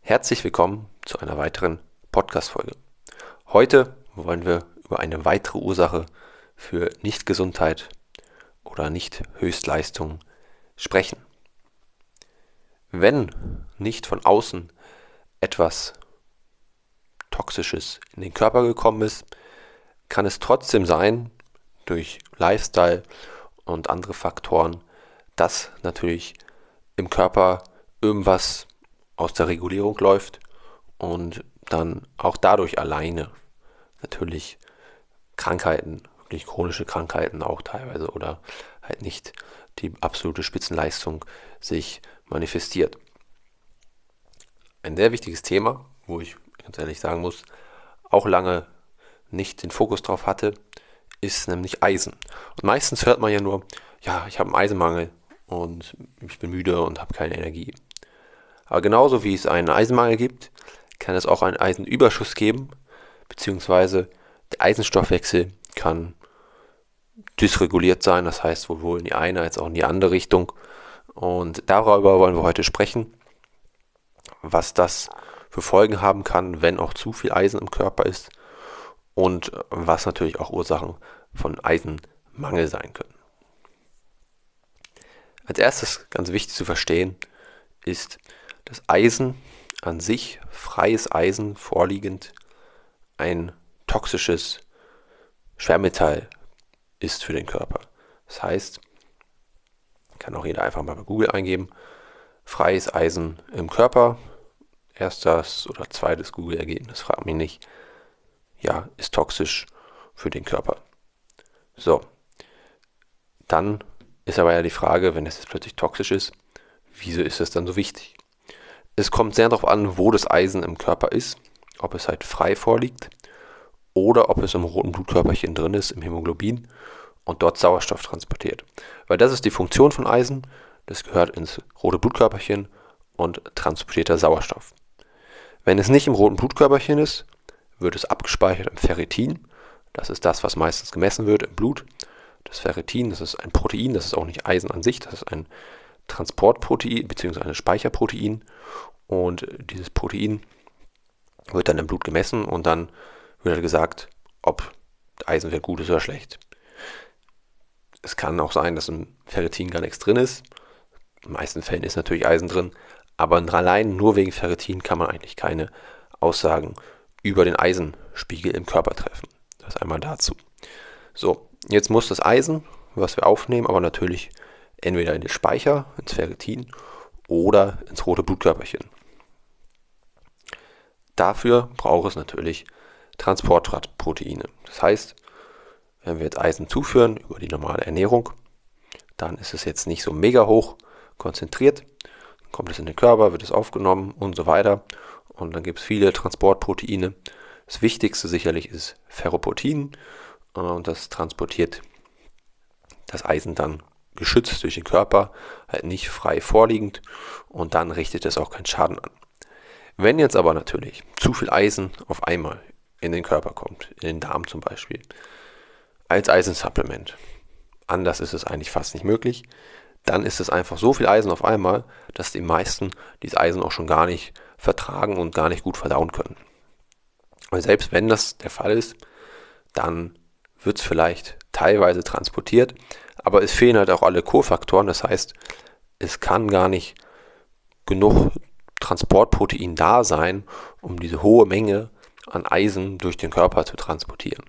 Herzlich willkommen zu einer weiteren Podcast-Folge. Heute wollen wir über eine weitere Ursache für Nichtgesundheit oder Nicht-Höchstleistung sprechen. Wenn nicht von außen etwas Toxisches in den Körper gekommen ist, kann es trotzdem sein, durch Lifestyle und andere Faktoren, dass natürlich im Körper irgendwas aus der Regulierung läuft und dann auch dadurch alleine natürlich Krankheiten, wirklich chronische Krankheiten auch teilweise oder halt nicht die absolute Spitzenleistung sich manifestiert. Ein sehr wichtiges Thema, wo ich ganz ehrlich sagen muss, auch lange nicht den Fokus drauf hatte, ist nämlich Eisen. Und meistens hört man ja nur, ja, ich habe einen Eisenmangel und ich bin müde und habe keine Energie. Aber genauso wie es einen Eisenmangel gibt, kann es auch einen Eisenüberschuss geben, beziehungsweise der Eisenstoffwechsel kann dysreguliert sein, das heißt sowohl in die eine als auch in die andere Richtung. Und darüber wollen wir heute sprechen, was das für Folgen haben kann, wenn auch zu viel Eisen im Körper ist und was natürlich auch Ursachen von Eisenmangel sein können. Als erstes ganz wichtig zu verstehen ist, dass Eisen an sich, freies Eisen vorliegend, ein toxisches Schwermetall ist für den Körper. Das heißt, kann auch jeder einfach mal bei Google eingeben, freies Eisen im Körper, erstes oder zweites Google-Ergebnis, fragt mich nicht, ja, ist toxisch für den Körper. So, dann ist aber ja die Frage, wenn es jetzt plötzlich toxisch ist, wieso ist es dann so wichtig? Es kommt sehr darauf an, wo das Eisen im Körper ist, ob es halt frei vorliegt oder ob es im roten Blutkörperchen drin ist, im Hämoglobin und dort Sauerstoff transportiert. Weil das ist die Funktion von Eisen, das gehört ins rote Blutkörperchen und transportiert da Sauerstoff. Wenn es nicht im roten Blutkörperchen ist, wird es abgespeichert im Ferritin. Das ist das, was meistens gemessen wird im Blut. Das Ferritin, das ist ein Protein, das ist auch nicht Eisen an sich, das ist ein Transportprotein bzw. ein Speicherprotein. Und dieses Protein wird dann im Blut gemessen und dann wird gesagt, ob Eisenwert gut ist oder schlecht. Es kann auch sein, dass im Ferritin gar nichts drin ist. In den meisten Fällen ist natürlich Eisen drin, aber allein nur wegen Ferritin kann man eigentlich keine Aussagen über den Eisenspiegel im Körper treffen. Das einmal dazu. So, jetzt muss das Eisen, was wir aufnehmen, aber natürlich entweder in den Speicher, ins Ferritin oder ins rote Blutkörperchen. Dafür braucht es natürlich Transportproteine. Das heißt, wenn wir jetzt Eisen zuführen über die normale Ernährung, dann ist es jetzt nicht so mega hoch konzentriert. Dann kommt es in den Körper, wird es aufgenommen und so weiter. Und dann gibt es viele Transportproteine. Das wichtigste sicherlich ist Ferroportin und das transportiert das Eisen dann geschützt durch den Körper, halt nicht frei vorliegend und dann richtet es auch keinen Schaden an. Wenn jetzt aber natürlich zu viel Eisen auf einmal in den Körper kommt, in den Darm zum Beispiel, als Eisensupplement, anders ist es eigentlich fast nicht möglich, dann ist es einfach so viel Eisen auf einmal, dass die meisten dieses Eisen auch schon gar nicht vertragen und gar nicht gut verdauen können. Und selbst wenn das der Fall ist, dann wird es vielleicht teilweise transportiert, aber es fehlen halt auch alle Kofaktoren, das heißt, es kann gar nicht genug Transportprotein da sein, um diese hohe Menge an Eisen durch den Körper zu transportieren.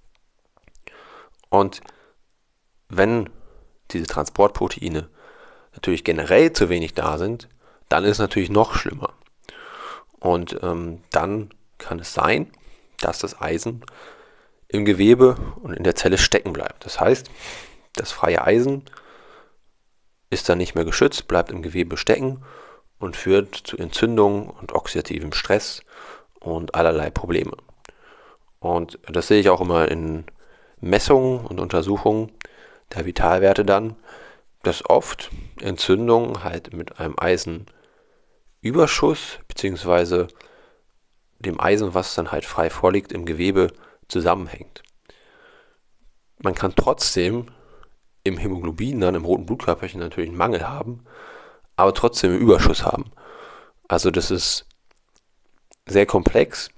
Und wenn diese Transportproteine natürlich generell zu wenig da sind, dann ist es natürlich noch schlimmer. Und dann kann es sein, dass das Eisen im Gewebe und in der Zelle stecken bleibt. Das heißt, das freie Eisen ist dann nicht mehr geschützt, bleibt im Gewebe stecken und führt zu Entzündungen und oxidativem Stress und allerlei Probleme. Und das sehe ich auch immer in Messungen und Untersuchungen der Vitalwerte dann, dass oft Entzündungen halt mit einem Eisenüberschuss bzw. dem Eisen, was dann halt frei vorliegt, im Gewebe zusammenhängt. Man kann trotzdem im Hämoglobin, dann im roten Blutkörperchen natürlich einen Mangel haben, aber trotzdem einen Überschuss haben. Also das ist sehr komplex,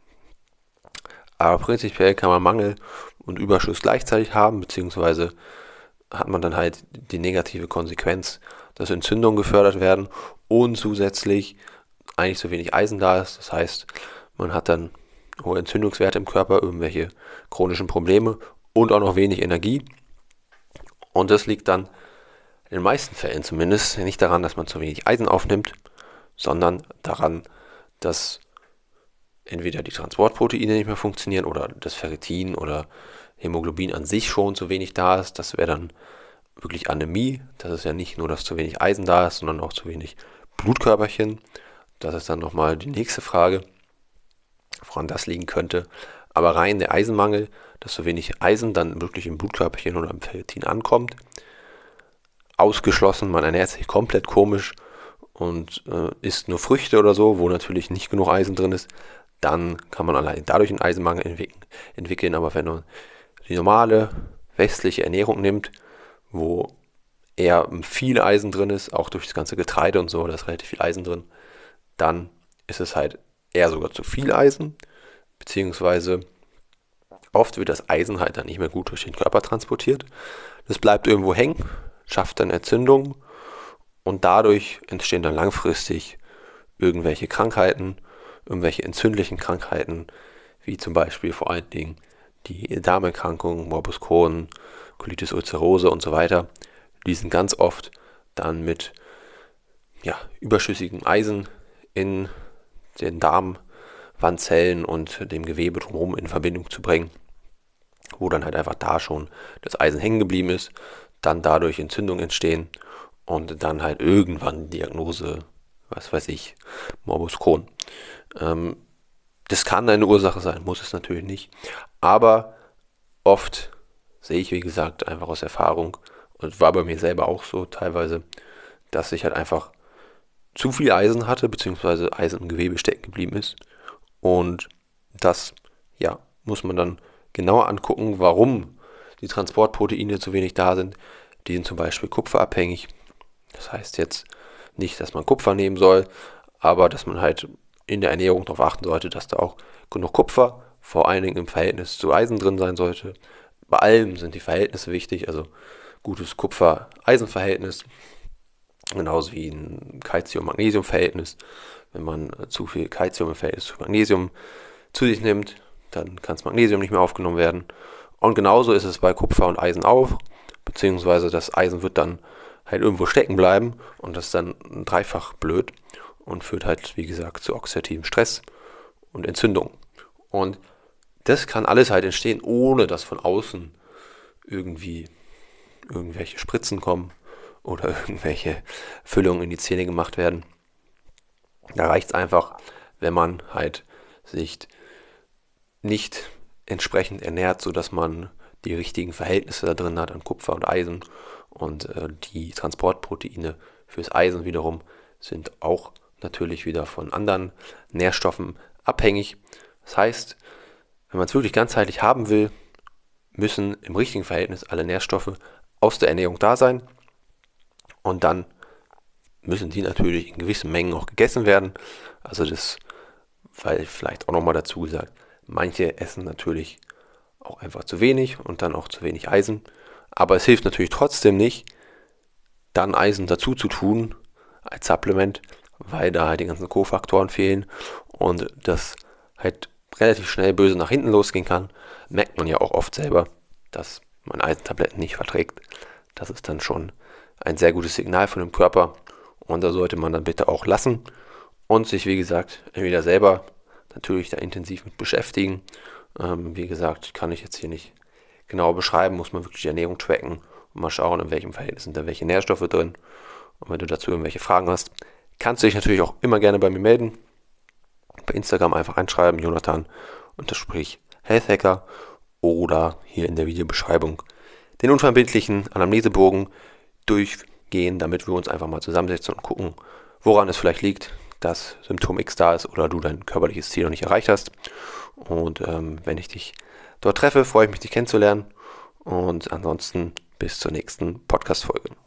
aber prinzipiell kann man Mangel und Überschuss gleichzeitig haben, beziehungsweise hat man dann halt die negative Konsequenz, dass Entzündungen gefördert werden und zusätzlich eigentlich zu wenig Eisen da ist. Das heißt, man hat dann hohe Entzündungswerte im Körper, irgendwelche chronischen Probleme und auch noch wenig Energie. Und das liegt dann in den meisten Fällen zumindest nicht daran, dass man zu wenig Eisen aufnimmt, sondern daran, dass entweder die Transportproteine nicht mehr funktionieren oder das Ferritin oder Hämoglobin an sich schon zu wenig da ist. Das wäre dann wirklich Anämie. Das ist ja nicht nur, dass zu wenig Eisen da ist, sondern auch zu wenig Blutkörperchen. Das ist dann nochmal die nächste Frage, woran das liegen könnte. Aber rein der Eisenmangel, dass zu wenig Eisen dann wirklich im Blutkörperchen oder im Ferritin ankommt, ausgeschlossen, man ernährt sich komplett komisch und isst nur Früchte oder so, wo natürlich nicht genug Eisen drin ist, dann kann man allein dadurch einen Eisenmangel entwickeln. Aber wenn man die normale westliche Ernährung nimmt, wo eher viel Eisen drin ist, auch durch das ganze Getreide und so, da ist relativ viel Eisen drin, dann ist es halt eher sogar zu viel Eisen, beziehungsweise oft wird das Eisen halt dann nicht mehr gut durch den Körper transportiert. Das bleibt irgendwo hängen, schafft dann Entzündungen und dadurch entstehen dann langfristig irgendwelche Krankheiten, irgendwelche entzündlichen Krankheiten, wie zum Beispiel vor allen Dingen die Darmerkrankungen, Morbus Crohn, Colitis ulcerosa und so weiter. Die sind ganz oft dann mit überschüssigem Eisen in den Darmwandzellen und dem Gewebe drumherum in Verbindung zu bringen, wo dann halt einfach da schon das Eisen hängen geblieben ist, dann dadurch Entzündungen entstehen und dann halt irgendwann die Diagnose, was weiß ich, Morbus Crohn. Das kann eine Ursache sein, muss es natürlich nicht, aber oft sehe ich, wie gesagt, einfach aus Erfahrung und war bei mir selber auch so teilweise, dass ich halt einfach zu viel Eisen hatte, beziehungsweise Eisen im Gewebe stecken geblieben ist. Und das, muss man dann genauer angucken, warum die Transportproteine zu wenig da sind. Die sind zum Beispiel kupferabhängig. Das heißt jetzt nicht, dass man Kupfer nehmen soll, aber dass man halt in der Ernährung darauf achten sollte, dass da auch genug Kupfer, vor allen Dingen im Verhältnis zu Eisen drin sein sollte. Bei allem sind die Verhältnisse wichtig, also gutes Kupfer-Eisen-Verhältnis, genauso wie ein Calcium-Magnesium-Verhältnis. Wenn man zu viel Calcium im Verhältnis zu Magnesium zu sich nimmt, dann kann das Magnesium nicht mehr aufgenommen werden. Und genauso ist es bei Kupfer und Eisen auch, beziehungsweise das Eisen wird dann halt irgendwo stecken bleiben und das ist dann dreifach blöd und führt halt, wie gesagt, zu oxidativem Stress und Entzündung. Und das kann alles halt entstehen, ohne dass von außen irgendwelche Spritzen kommen oder irgendwelche Füllungen in die Zähne gemacht werden. Da reicht es einfach, wenn man halt sich nicht entsprechend ernährt, sodass man die richtigen Verhältnisse da drin hat an Kupfer und Eisen. Und die Transportproteine fürs Eisen wiederum sind auch natürlich wieder von anderen Nährstoffen abhängig. Das heißt, wenn man es wirklich ganzheitlich haben will, müssen im richtigen Verhältnis alle Nährstoffe aus der Ernährung da sein. Und dann müssen die natürlich in gewissen Mengen auch gegessen werden. Also das, weil vielleicht auch nochmal dazu gesagt, manche essen natürlich auch einfach zu wenig und dann auch zu wenig Eisen. Aber es hilft natürlich trotzdem nicht, dann Eisen dazu zu tun als Supplement, weil da halt die ganzen Kofaktoren fehlen und das halt relativ schnell böse nach hinten losgehen kann. Merkt man ja auch oft selber, dass man Eisentabletten nicht verträgt. Das ist dann schon ein sehr gutes Signal von dem Körper und da sollte man dann bitte auch lassen und sich, wie gesagt, entweder selber natürlich da intensiv mit beschäftigen. Wie gesagt, kann ich jetzt hier nicht genau beschreiben, muss man wirklich die Ernährung tracken und mal schauen, in welchem Verhältnis sind da welche Nährstoffe drin. Und wenn du dazu irgendwelche Fragen hast, kannst du dich natürlich auch immer gerne bei mir melden. Bei Instagram einfach einschreiben, Jonathan_Healthhacker oder hier in der Videobeschreibung den unverbindlichen Anamnesebogen durchgehen, damit wir uns einfach mal zusammensetzen und gucken, woran es vielleicht liegt, dass Symptom X da ist oder du dein körperliches Ziel noch nicht erreicht hast. Und wenn ich dich dort treffe, freue ich mich, dich kennenzulernen. Und ansonsten bis zur nächsten Podcast-Folge.